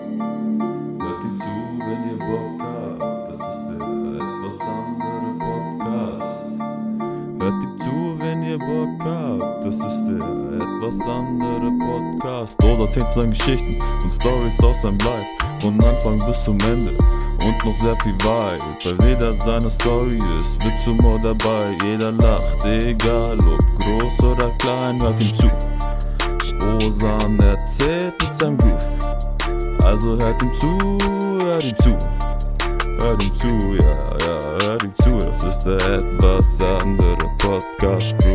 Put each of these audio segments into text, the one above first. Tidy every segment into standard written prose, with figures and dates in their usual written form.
Hört ihm zu, wenn ihr Bock habt. Das ist der etwas andere Podcast. Hört ihm zu, wenn ihr Bock habt. Das ist der etwas andere Podcast. Oder erzählt seine Geschichten und Stories aus seinem Life. Von Anfang bis zum Ende. Und noch sehr viel weit. Bei jeder seiner Story ist Witz Humor dabei. Jeder lacht, egal ob groß oder klein. Hört ihm zu. Osan erzählt mit seinem Groove. Also hört ihm zu, hört ihm zu. Hört ihm zu, ja, hört ihm zu. Das ist der etwas andere Podcast-Crew.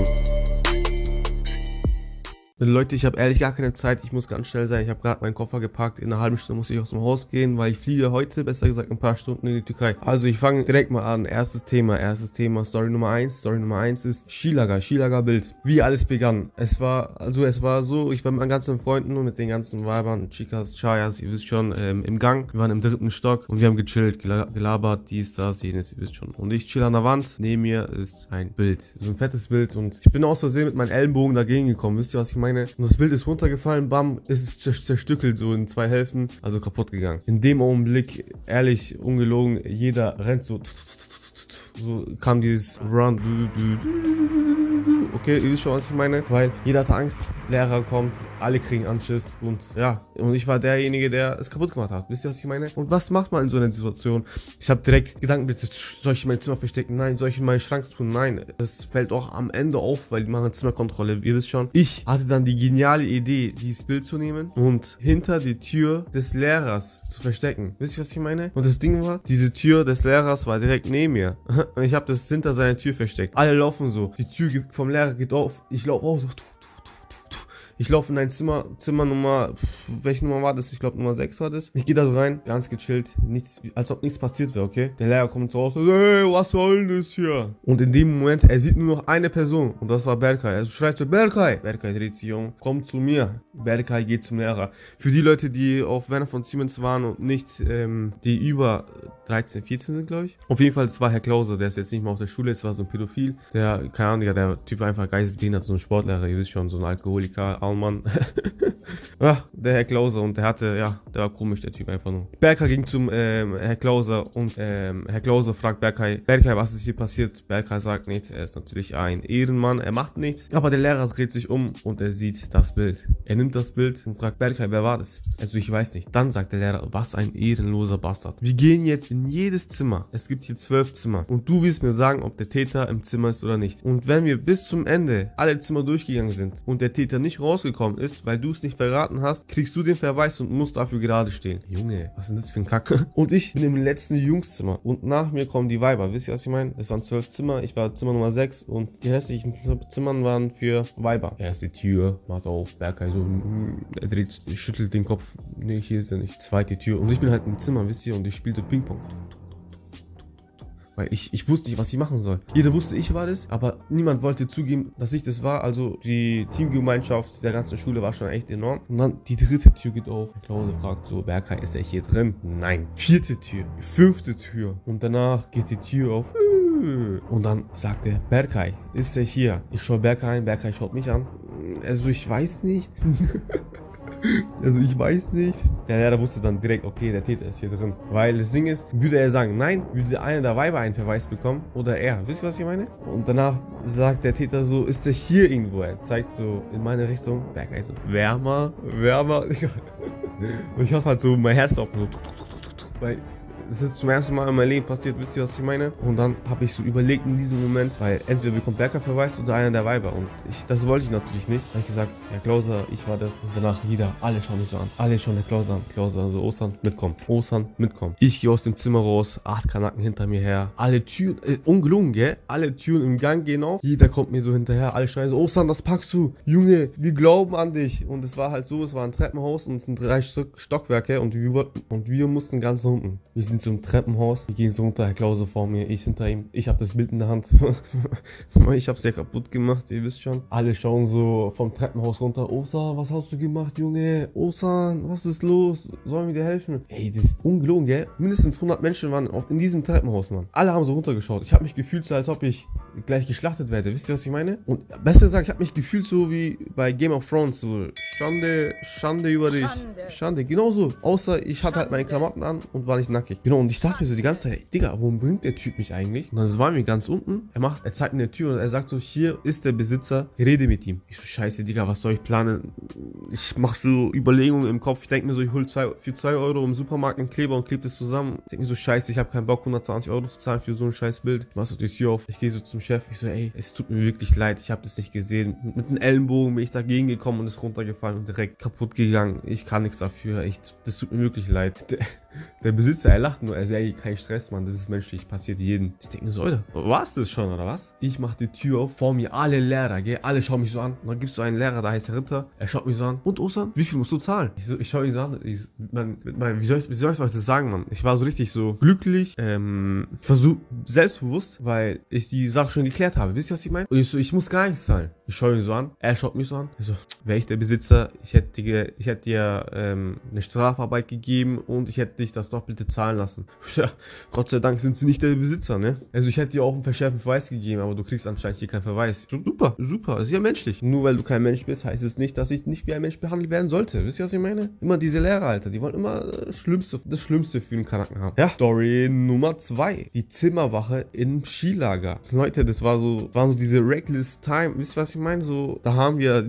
Leute, ich habe ehrlich gar keine Zeit, ich muss ganz schnell sein. Ich habe gerade meinen Koffer gepackt, in einer halben Stunde muss ich aus dem Haus gehen, weil ich fliege heute, besser gesagt ein paar Stunden in die Türkei. Also ich fange direkt mal an. Erstes Thema, Story Nummer 1. Story Nummer 1 ist Skilager Bild. Wie alles begann. Es war so, ich war mit meinen ganzen Freunden und mit den ganzen Weibern, Chicas, Chayas, ihr wisst schon, im Gang. Wir waren im 3. Stock und wir haben gechillt, gelabert, dies, das, jenes, ihr wisst schon. Und ich chill an der Wand, neben mir ist ein Bild, so ein fettes Bild und ich bin aus Versehen mit meinen Ellenbogen dagegen gekommen. Wisst ihr, was ich meine? Und das Bild ist runtergefallen, bam, ist es zerstückelt, so in 2 Hälften, also kaputt gegangen. In dem Augenblick, ehrlich, ungelogen, jeder rennt so kam dieses Run, okay, ihr wisst schon, was ich meine, weil jeder hatte Angst, Lehrer kommt, alle kriegen Anschiss und ja, und ich war derjenige, der es kaputt gemacht hat, wisst ihr, was ich meine? Und was macht man in so einer Situation? Ich habe direkt Gedankenblitze, soll ich in mein Zimmer verstecken? Nein. Soll ich in meinen Schrank tun? Nein. Das fällt auch am Ende auf, weil die machen Zimmerkontrolle, ihr wisst schon. Ich hatte dann die geniale Idee, dieses Bild zu nehmen und hinter die Tür des Lehrers zu verstecken. Wisst ihr, was ich meine? Und das Ding war, diese Tür des Lehrers war direkt neben mir. Und ich habe das hinter seiner Tür versteckt. Alle laufen so. Die Tür vom Lehrer geht auf. Ich laufe auch so. Ich laufe in ein Zimmer Nummer, welche Nummer war das? Ich glaube Nummer 6 war das. Ich gehe da so rein, ganz gechillt, nichts, als ob nichts passiert wäre, okay? Der Lehrer kommt so raus, hey, was soll denn das hier? Und in dem Moment, er sieht nur noch eine Person und das war Berkay. Er schreit so, Berkay! Berkay dreht sich um, kommt zu mir. Berkay geht zum Lehrer. Für die Leute, die auf Werner von Siemens waren und nicht, die über 13, 14 sind, glaube ich. Auf jeden Fall, es war Herr Klause, der ist jetzt nicht mehr auf der Schule, es war so ein Pädophil. Der, keine Ahnung, der Typ einfach geistesbehindert, so ein Sportlehrer, ihr wisst schon, so ein Alkoholiker, Mann. Ja, der Herr Klauser und der war komisch, der Typ einfach nur. Berkay ging zum Herr Klauser und Herr Klauser fragt Berkay, was ist hier passiert? Berkay sagt nichts, er ist natürlich ein Ehrenmann, er macht nichts, aber der Lehrer dreht sich um und er sieht das Bild. Er nimmt das Bild und fragt Berkay, wer war das? Also ich weiß nicht. Dann sagt der Lehrer, was ein ehrenloser Bastard. Wir gehen jetzt in jedes Zimmer. Es gibt hier 12 Zimmer und du willst mir sagen, ob der Täter im Zimmer ist oder nicht. Und wenn wir bis zum Ende alle Zimmer durchgegangen sind und der Täter nicht rausgekommen ist, weil du es nicht verraten hast, kriegst du den Verweis und musst dafür gerade stehen. Junge, was ist denn das für ein Kack? Und ich bin im letzten Jungszimmer und nach mir kommen die Weiber. Wisst ihr, was ich meine? Es waren 12 Zimmer, ich war Zimmer Nummer 6 und die restlichen Zimmern waren für Weiber. Erste Tür, macht auf, Berkay so, er dreht, schüttelt den Kopf. Nee, hier ist er nicht. Zweite Tür. Und ich bin halt im Zimmer, wisst ihr, und ich spielte Ping-Pong. Weil ich wusste nicht, was ich machen soll. Jeder wusste, ich war das, aber niemand wollte zugeben, dass ich das war. Also die Teamgemeinschaft der ganzen Schule war schon echt enorm. Und dann die 3. Tür geht auf. Der Klause fragt so, Berkay, ist er hier drin? Nein. 4. Tür. 5. Tür. Und danach geht die Tür auf. Und dann sagt er, Berkay, ist er hier? Ich schaue Berkay ein, Berkay schaut mich an. Also ich weiß nicht. Der Lehrer wusste dann direkt, okay, der Täter ist hier drin. Weil das Ding ist, würde er sagen, nein, würde einer der Weiber einen Verweis bekommen oder er. Wisst ihr, was ich meine? Und danach sagt der Täter so, ist er hier irgendwo? Er zeigt so in meine Richtung. Berkay so, wärmer. Und ich hab halt so mein Herz laufen, so, weil das ist zum ersten Mal in meinem Leben passiert, wisst ihr, was ich meine? Und dann habe ich so überlegt in diesem Moment, weil entweder bekommt Berkay Verweis oder einer der Weiber. Und das wollte ich natürlich nicht. Da habe ich gesagt, Herr Klauser, ich war das. Und danach wieder, alle schauen mich so an. Alle schauen Herr Klauser an. Klauser, also Osan, mitkommen. Ich gehe aus dem Zimmer raus, 8 Kanaken hinter mir her. Alle Türen, ungelungen, gell? Alle Türen im Gang gehen auf. Jeder kommt mir so hinterher. Alle schreien so, Osan, das packst du. Junge, wir glauben an dich. Und es war halt so, es war ein Treppenhaus und es sind 3 Stockwerke und wir mussten ganz nach unten. Wir sind zum Treppenhaus. Wir gehen so runter, Herr Klause vor mir, ich hinter ihm. Ich habe das Bild in der Hand. Ich habe es ja kaputt gemacht, ihr wisst schon. Alle schauen so vom Treppenhaus runter. Osan, was hast du gemacht, Junge? Osan, was ist los? Sollen wir dir helfen? Ey, das ist ungelogen, gell? Mindestens 100 Menschen waren in diesem Treppenhaus, Mann. Alle haben so runtergeschaut. Ich habe mich gefühlt, als ob ich gleich geschlachtet werde. Wisst ihr, was ich meine? Und besser gesagt, ich habe mich gefühlt so wie bei Game of Thrones. So Schande über dich. Schande, genau so. Außer ich hatte halt meine Klamotten an und war nicht nackig. Genau, und ich dachte mir so die ganze Zeit, Digga, wohin bringt der Typ mich eigentlich? Und dann waren wir ganz unten. Er zeigt mir eine Tür und er sagt so, hier ist der Besitzer, rede mit ihm. Ich so, scheiße, Digga, was soll ich planen? Ich mache so Überlegungen im Kopf. Ich denke mir so, ich hol für 2 Euro im Supermarkt einen Kleber und klebe das zusammen. Ich denke mir so, scheiße, ich habe keinen Bock, 120 Euro zu zahlen für so ein scheiß Bild. Ich mach so die Tür auf. Ich gehe so zum Chef. Ich so, ey, es tut mir wirklich leid. Ich habe das nicht gesehen. Mit dem Ellenbogen bin ich dagegen gekommen und ist runtergefallen und direkt kaputt gegangen. Ich kann nichts dafür. Echt, das tut mir wirklich leid. Der Besitzer, er lacht nur. Er sagt, ey, kein Stress, Mann. Das ist menschlich. Passiert jedem. Ich denke mir so, Alter, war's das schon, oder was? Ich mach die Tür auf. Vor mir alle Lehrer, gell? Alle schauen mich so an. Und dann gibt's so einen Lehrer, da heißt Ritter. Er schaut mich so an. Und Ostern? Wie viel musst du zahlen? Ich schaue ihn so an. Wie soll ich euch das sagen, Mann? Ich war so richtig so glücklich, selbstbewusst, weil ich die Sache schon geklärt habe. Wisst ihr, was ich meine? Und ich so, ich muss gar nichts zahlen. Ich schaue ihn so an. Er schaut mich so an. Ich so, wäre ich der Besitzer, ich hätte dir eine Strafarbeit gegeben und ich hätte dich das Doppelte zahlen lassen. Ja, Gott sei Dank sind sie nicht der Besitzer, ne? Also ich hätte dir auch einen verschärften Verweis gegeben, aber du kriegst anscheinend hier keinen Verweis. So, super, das ist ja menschlich. Nur weil du kein Mensch bist, heißt es nicht, dass ich nicht wie ein Mensch behandelt werden sollte. Wisst ihr, was ich meine? Immer diese Lehrer, Alter, die wollen immer das Schlimmste für den Kanaken haben. Ja, Story Nummer 2. Die Zimmerwache im Skilager. Leute, das waren so diese reckless time. Wisst ihr, was ich meine? So, da haben wir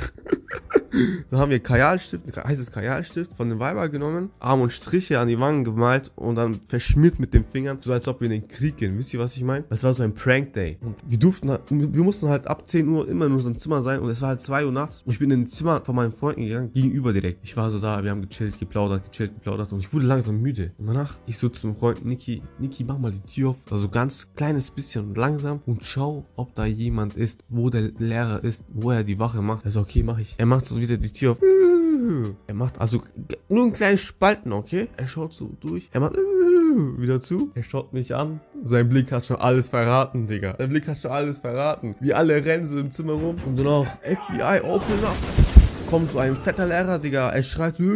heißes Kajalstift von den Weiber genommen, Arm und Striche an die Wangen gemalt und dann verschmiert mit den Fingern, so als ob wir in den Krieg gehen. Wisst ihr, was ich meine? Das war so ein Prank-Day. Und wir mussten halt ab 10 Uhr immer in unserem Zimmer sein und es war halt 2 Uhr nachts und ich bin in das Zimmer von meinen Freunden gegangen, gegenüber direkt. Ich war so da, wir haben gechillt, geplaudert und ich wurde langsam müde. Und danach, ich so zu meinem Freund, Niki, mach mal die Tür auf, also ganz kleines bisschen und langsam und schau, ob da jemand ist, wo der Lehrer ist, wo er die Wache macht. Also okay, mach ich. Er macht so wieder die Tür auf. Er macht also nur einen kleinen Spalten, okay? Er schaut so durch. Er macht wieder zu. Er schaut mich an. Sein Blick hat schon alles verraten, Digga. Sein Blick hat schon alles verraten. Wir alle rennen so im Zimmer rum. Und dann auch FBI, open up. Kommt so ein fetter Lehrer, Digga. Er schreit so.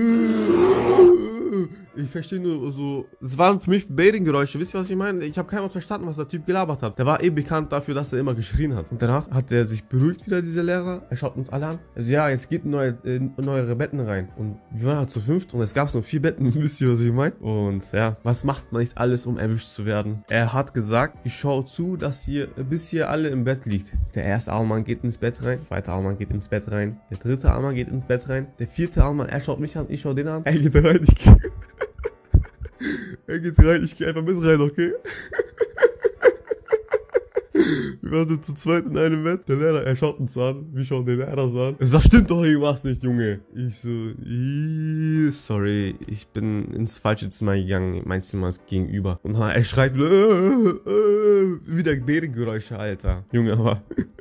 Ich verstehe nur so, es waren für mich Baiting-Geräusche, wisst ihr, was ich meine? Ich habe kein Wort verstanden, was der Typ gelabert hat. Der war bekannt dafür, dass er immer geschrien hat. Und danach hat er sich beruhigt wieder, dieser Lehrer. Er schaut uns alle an. Also ja, jetzt geht neuere Betten rein. Und wir waren halt zu 5 und es gab so 4 Betten, wisst ihr, was ich meine? Und ja, was macht man nicht alles, um erwischt zu werden? Er hat gesagt, ich schaue zu, bis hier alle im Bett liegt. Der erste Armmann geht ins Bett rein, der zweite Armmann geht ins Bett rein, der dritte Armmann geht ins Bett rein, der vierte Armmann, er schaut mich an, ich schaue den an. Er geht rein, ich gehe einfach mit rein, okay? Wir waren so zu zweit in einem Bett. Der Lehrer, er schaut uns an. Wir schauen den Lehrer so an. Da stimmt doch irgendwas nicht, Junge. Ich so, sorry, ich bin ins falsche Zimmer gegangen. Mein Zimmer ist gegenüber. Und er schreit wieder Geräusche, Alter. Junge, aber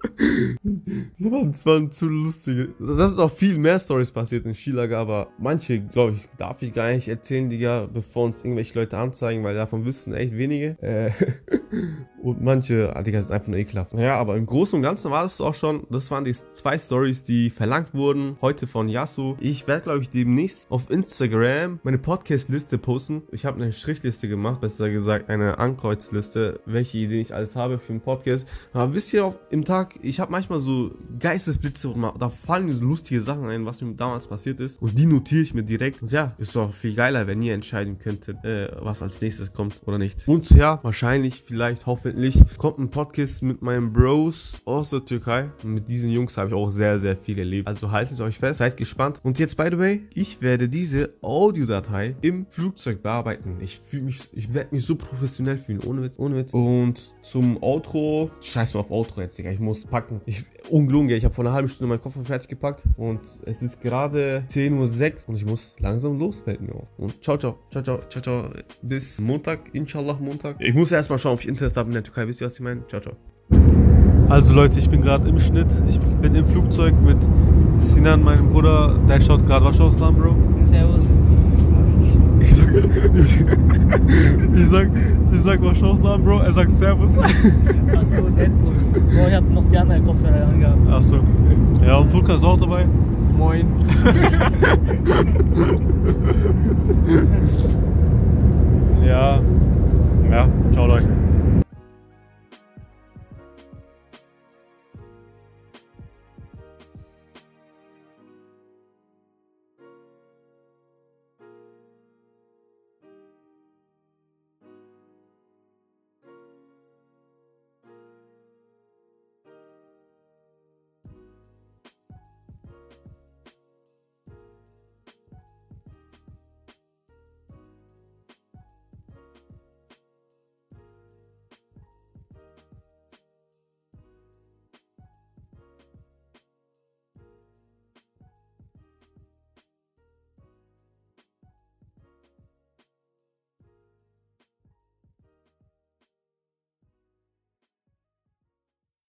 das waren zu lustige. Da sind auch viel mehr Stories passiert im Skilager, aber manche, glaube ich, darf ich gar nicht erzählen, Digga, bevor uns irgendwelche Leute anzeigen, weil davon wissen echt wenige. Und manche, Digga, sind einfach nur ekelhaft. Naja, aber im Großen und Ganzen war das auch schon, das waren die 2 Stories, die verlangt wurden, heute von Yasu. Ich werde, glaube ich, demnächst auf Instagram meine Podcast-Liste posten. Ich habe eine Strichliste gemacht, besser gesagt eine Ankreuzliste, welche Ideen ich alles habe für einen Podcast. Aber wisst ihr, im Tag, ich habe manchmal so Geistesblitze und da fallen mir so lustige Sachen ein, was mir damals passiert ist. Und die notiere ich mir direkt. Und ja, ist doch viel geiler, wenn ihr entscheiden könntet, was als nächstes kommt oder nicht. Und ja, wahrscheinlich, vielleicht, hoffentlich, kommt ein Podcast mit meinen Bros aus der Türkei. Und mit diesen Jungs habe ich auch sehr, sehr viel erlebt. Also haltet euch fest, seid gespannt. Und jetzt, by the way, ich werde diese Audiodatei im Flugzeug bearbeiten. Ich werde mich so professionell fühlen, ohne Witz. Und zum Outro, scheiß mal auf Outro jetzt, Digga, ich muss packen. Ungelogen, ich habe vor einer halben Stunde meinen Koffer fertig gepackt und es ist gerade 10:06 Uhr und ich muss langsam los, fällt mir auf. Und ciao, bis Montag, inshallah Montag. Ich muss erstmal schauen, ob ich Internet habe in der Türkei, wisst ihr, was ich meine? Ciao. Also Leute, ich bin gerade im Schnitt, ich bin im Flugzeug mit Sinan, meinem Bruder, der schaut gerade, was schaust du an, Bro? Servus. Ich sag, was schaust du an, Bro? Er sagt Servus. Achso, Deadpool. Boah, ich hab noch die anderen Kopfhörer angehabt. Achso. Ja, und Vulkan ist auch dabei. Moin.